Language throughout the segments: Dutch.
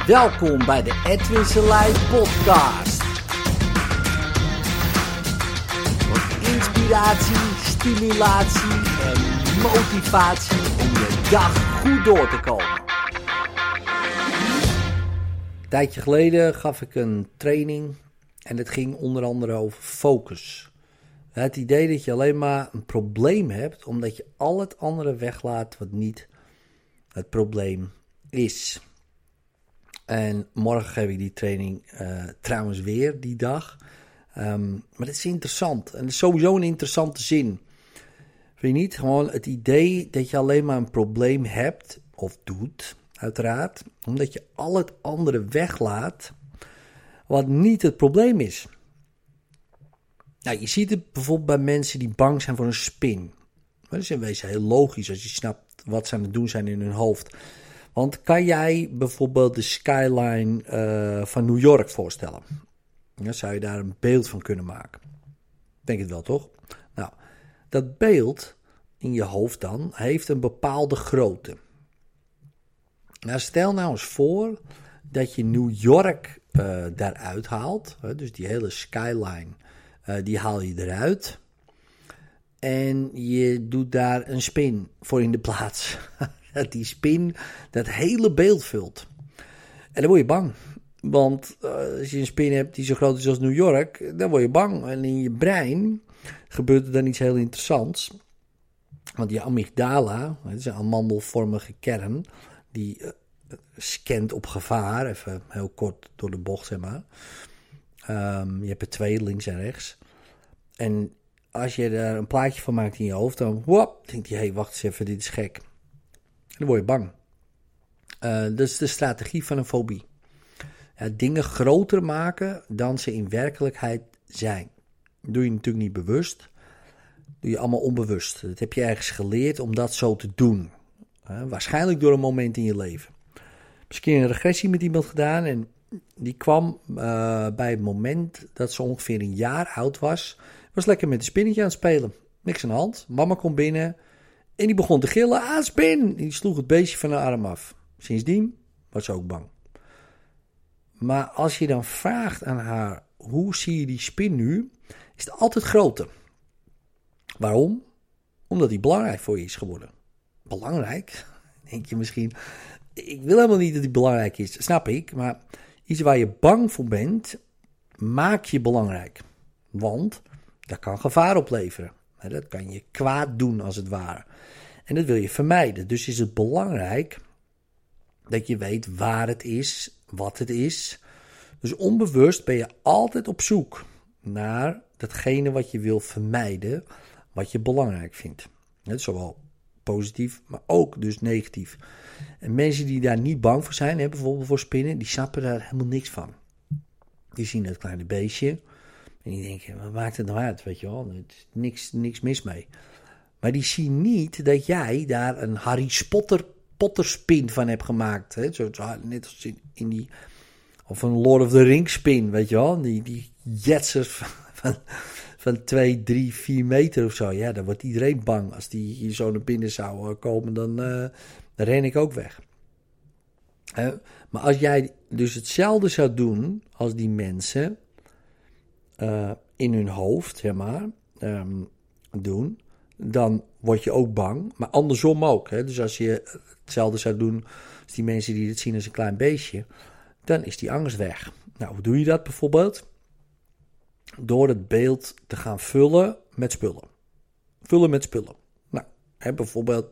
Welkom bij de Edwin Selei podcast. Voor inspiratie, stimulatie en motivatie om je dag goed door te komen. Een tijdje geleden gaf ik een training en het ging onder andere over focus. Het idee dat je alleen maar een probleem hebt omdat je al het andere weglaat wat niet het probleem is. En morgen geef ik die training trouwens weer, die dag. Maar het is interessant. En het is sowieso een interessante zin. Vind je niet? Gewoon het idee dat je alleen maar een probleem hebt, of doet, uiteraard. Omdat je al het andere weglaat wat niet het probleem is. Nou, je ziet het bijvoorbeeld bij mensen die bang zijn voor een spin. Dat is in wezen heel logisch als je snapt wat ze aan het doen zijn in hun hoofd. Want kan jij bijvoorbeeld de skyline van New York voorstellen? Dan zou je daar een beeld van kunnen maken. Denk het wel, toch? Nou, dat beeld in je hoofd dan heeft een bepaalde grootte. Nou, stel nou eens voor dat je New York daaruit haalt. Dus die hele skyline, die haal je eruit. En je doet daar een spin voor in de plaats. Dat die spin dat hele beeld vult. En dan word je bang. Want als je een spin hebt die zo groot is als New York, dan word je bang. En in je brein gebeurt er dan iets heel interessants. Want je amygdala, dat is een amandelvormige kern, die scant op gevaar. Even heel kort door de bocht, zeg maar. Je hebt er twee, links en rechts. En als je er een plaatje van maakt in je hoofd, dan denkt hij, wacht eens even, dit is gek. Dan word je bang. Dat is de strategie van een fobie. Ja, dingen groter maken dan ze in werkelijkheid zijn. Dat doe je natuurlijk niet bewust. Dat doe je allemaal onbewust. Dat heb je ergens geleerd om dat zo te doen. Waarschijnlijk door een moment in je leven. Misschien een regressie met iemand gedaan. En die kwam bij het moment dat ze ongeveer een jaar oud was. Was lekker met een spinnetje aan het spelen. Niks aan de hand. Mama komt binnen. En die begon te gillen, spin! En die sloeg het beestje van haar arm af. Sindsdien was ze ook bang. Maar als je dan vraagt aan haar, hoe zie je die spin nu? Is het altijd groter. Waarom? Omdat die belangrijk voor je is geworden. Belangrijk? Denk je misschien. Ik wil helemaal niet dat die belangrijk is, snap ik. Maar iets waar je bang voor bent, maak je belangrijk. Want dat kan gevaar opleveren. Dat kan je kwaad doen als het ware. En dat wil je vermijden. Dus is het belangrijk dat je weet waar het is, wat het is. Dus onbewust ben je altijd op zoek naar datgene wat je wil vermijden, wat je belangrijk vindt. Zowel positief, maar ook dus negatief. En mensen die daar niet bang voor zijn, bijvoorbeeld voor spinnen, die snappen daar helemaal niks van. Die zien dat kleine beestje en die denken, wat maakt het nou uit, weet je wel? Er is niks mis mee. Maar die zien niet dat jij daar een Harry Potter spin van hebt gemaakt. Hè? Net als in die, of een Lord of the Rings spin, weet je wel? Die jetsers van 2, 3, 4 meter of zo. Ja, dan wordt iedereen bang. Als die hier zo naar binnen zou komen, dan ren ik ook weg. Maar als jij dus hetzelfde zou doen als die mensen in hun hoofd, zeg maar, doen, dan word je ook bang. Maar andersom ook. Hè? Dus als je hetzelfde zou doen als die mensen die het zien als een klein beestje, dan is die angst weg. Nou, hoe doe je dat bijvoorbeeld? Door het beeld te gaan vullen met spullen. Vullen met spullen. Nou, bijvoorbeeld,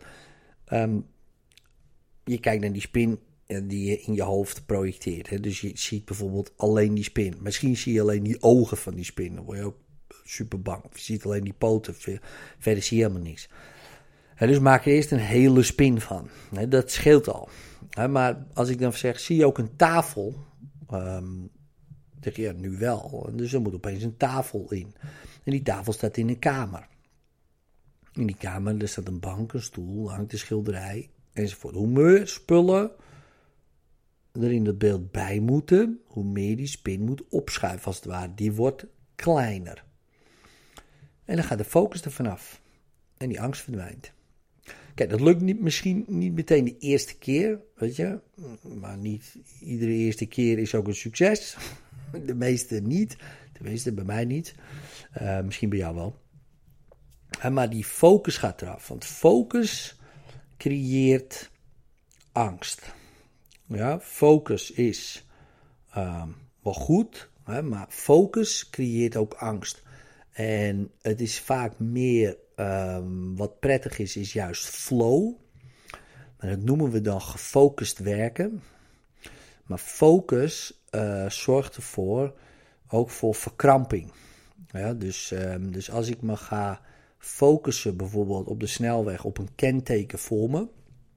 je kijkt naar die spin die je in je hoofd projecteert. Hè? Dus je ziet bijvoorbeeld alleen die spin. Misschien zie je alleen die ogen van die spin. Dan word je ook super bang. Of je ziet alleen die poten. Verder zie je helemaal niks. Dus maak er eerst een hele spin van. Dat scheelt al. Maar als ik dan zeg, zie je ook een tafel? Zeg je, ja, nu wel. Dus er moet opeens een tafel in. En die tafel staat in een kamer. In die kamer er staat een bank, een stoel, hangt een schilderij enzovoort. Hoe meer spullen er in dat beeld bij moeten, hoe meer die spin moet opschuiven als het ware. Die wordt kleiner. En dan gaat de focus er vanaf. En die angst verdwijnt. Kijk, dat lukt misschien niet meteen de eerste keer, weet je. Maar niet iedere eerste keer is ook een succes. De meeste niet. Tenminste, bij mij niet. Misschien bij jou wel. Maar die focus gaat eraf. Want focus creëert angst. Ja, focus is wel goed, maar focus creëert ook angst. En het is vaak meer, wat prettig is juist flow. En dat noemen we dan gefocust werken. Maar focus zorgt ervoor, ook voor verkramping. Ja, dus als ik me ga focussen bijvoorbeeld op de snelweg op een kenteken voor me,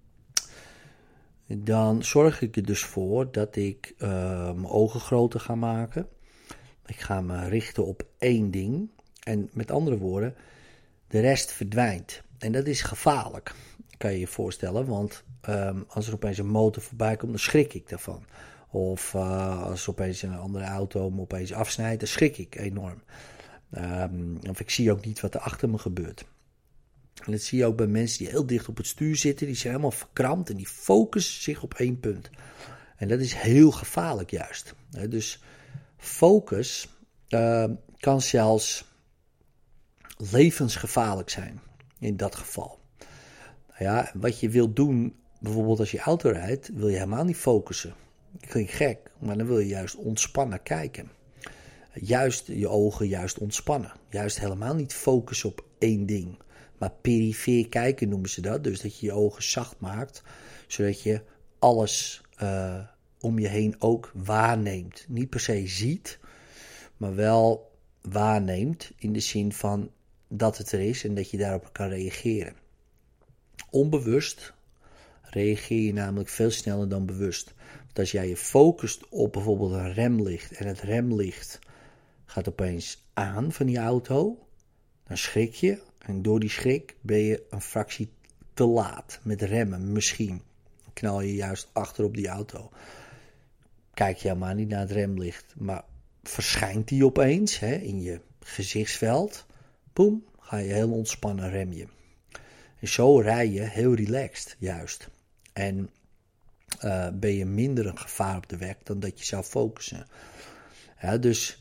dan zorg ik er dus voor dat ik mijn ogen groter ga maken. Ik ga me richten op één ding. En met andere woorden, de rest verdwijnt. En dat is gevaarlijk, kan je je voorstellen. Want als er opeens een motor voorbij komt, dan schrik ik daarvan. Of als er opeens een andere auto me opeens afsnijdt, dan schrik ik enorm. Of ik zie ook niet wat er achter me gebeurt. En dat zie je ook bij mensen die heel dicht op het stuur zitten. Die zijn helemaal verkrampt en die focussen zich op één punt. En dat is heel gevaarlijk juist. Dus focus kan zelfs levensgevaarlijk zijn in dat geval. Nou ja, wat je wilt doen, bijvoorbeeld als je auto rijdt, wil je helemaal niet focussen. Dat klinkt gek, maar dan wil je juist ontspannen kijken. Juist je ogen juist ontspannen. Juist helemaal niet focussen op één ding. Maar perifeer kijken noemen ze dat. Dus dat je je ogen zacht maakt. Zodat je alles om je heen ook waarneemt. Niet per se ziet. Maar wel waarneemt. In de zin van dat het er is. En dat je daarop kan reageren. Onbewust reageer je namelijk veel sneller dan bewust. Want als jij je focust op bijvoorbeeld een remlicht. En het remlicht gaat opeens aan van die auto. Dan schrik je. En door die schrik ben je een fractie te laat met remmen. Misschien knal je juist achter op die auto. Kijk je helemaal niet naar het remlicht. Maar verschijnt die opeens in je gezichtsveld. Boem, ga je heel ontspannen rem je. En zo rij je heel relaxed juist. En ben je minder een gevaar op de weg dan dat je zou focussen. Ja, dus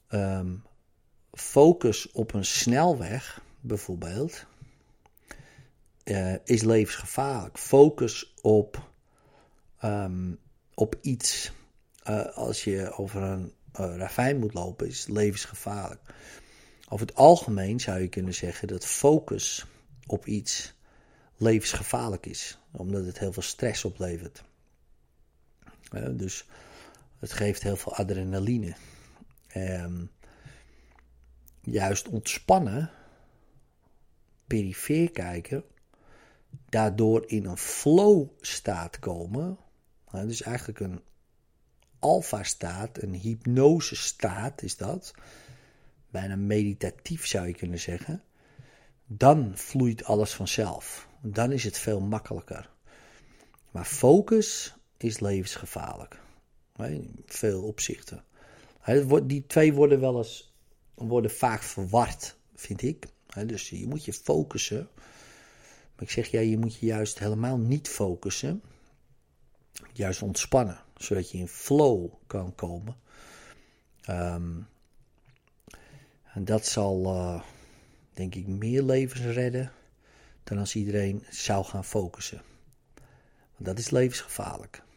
focus op een snelweg bijvoorbeeld is levensgevaarlijk. Focus op iets als je over een ravijn moet lopen is levensgevaarlijk. Over het algemeen zou je kunnen zeggen dat focus op iets levensgevaarlijk is, omdat het heel veel stress oplevert. Dus het geeft heel veel adrenaline. Juist ontspannen, perifeer kijken, daardoor in een flow staat komen. Dus eigenlijk een alpha staat, een hypnose staat is dat. Bijna meditatief zou je kunnen zeggen. Dan vloeit alles vanzelf. Dan is het veel makkelijker. Maar focus is levensgevaarlijk. In veel opzichten. Die twee worden vaak verward, vind ik. Dus je moet je focussen. Maar ik zeg, je moet je juist helemaal niet focussen. Juist ontspannen. Zodat je in flow kan komen. En dat zal, denk ik, meer levens redden dan als iedereen zou gaan focussen. Want dat is levensgevaarlijk.